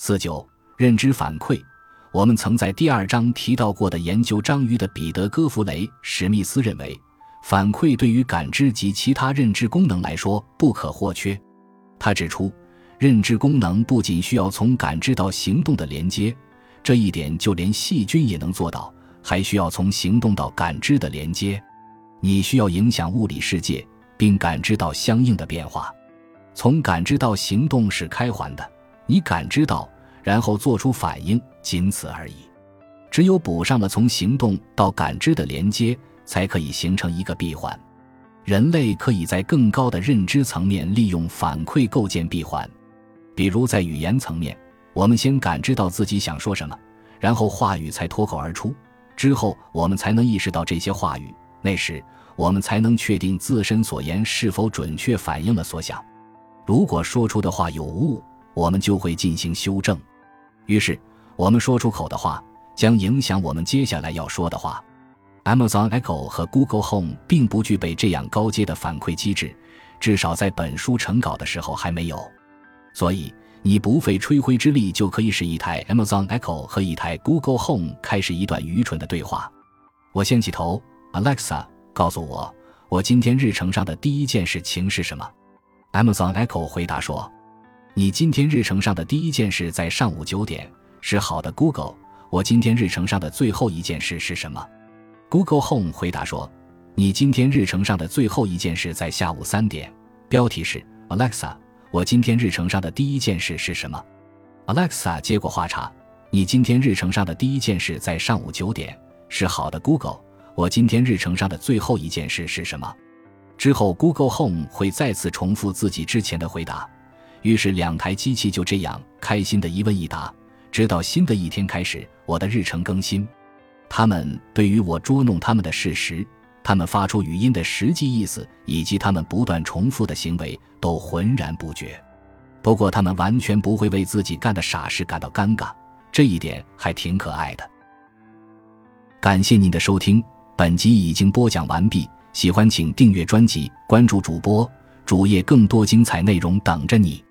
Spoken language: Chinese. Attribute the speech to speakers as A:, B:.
A: 49认知反馈，我们曾在第2章提到过的研究章鱼的彼得·戈弗雷·史密斯认为，反馈对于感知及其他认知功能来说不可或缺。他指出，认知功能不仅需要从感知到行动的连接，这一点就连细菌也能做到，还需要从行动到感知的连接。你需要影响物理世界，并感知到相应的变化。从感知到行动是开环的，你感知到，然后做出反应，仅此而已。只有补上了从行动到感知的连接，才可以形成一个闭环。人类可以在更高的认知层面利用反馈构建闭环。比如在语言层面，我们先感知到自己想说什么，然后话语才脱口而出，之后我们才能意识到这些话语，那时我们才能确定自身所言是否准确反映了所想。如果说出的话有误，我们就会进行修正。于是我们说出口的话将影响我们接下来要说的话。 Amazon Echo 和 Google Home 并不具备这样高阶的反馈机制，至少在本书成稿的时候还没有。所以你不费吹灰之力就可以使一台 Amazon Echo 和一台 Google Home 开始一段愚蠢的对话。我掀起头， Alexa 告诉我，我今天日程上的第一件事情是什么？ Amazon Echo 回答说，你今天日程上的第一件事在上午9点，是好的 Google， 我今天日程上的最后一件事是什么？ Google Home 回答说，你今天日程上的最后一件事在下午3点，标题是 Alexa， 我今天日程上的第一件事是什么？ Alexa 接过话茬，你今天日程上的第一件事在上午9点，是好的 Google， 我今天日程上的最后一件事是什么？之后 Google Home 会再次重复自己之前的回答，于是2台机器就这样开心的一问一答，直到新的一天开始，我的日程更新。他们对于我捉弄他们的事实，他们发出语音的实际意思，以及他们不断重复的行为都浑然不觉。不过他们完全不会为自己干的傻事感到尴尬，这一点还挺可爱的。感谢您的收听，本集已经播讲完毕，喜欢请订阅专辑，关注主播，主页更多精彩内容等着你。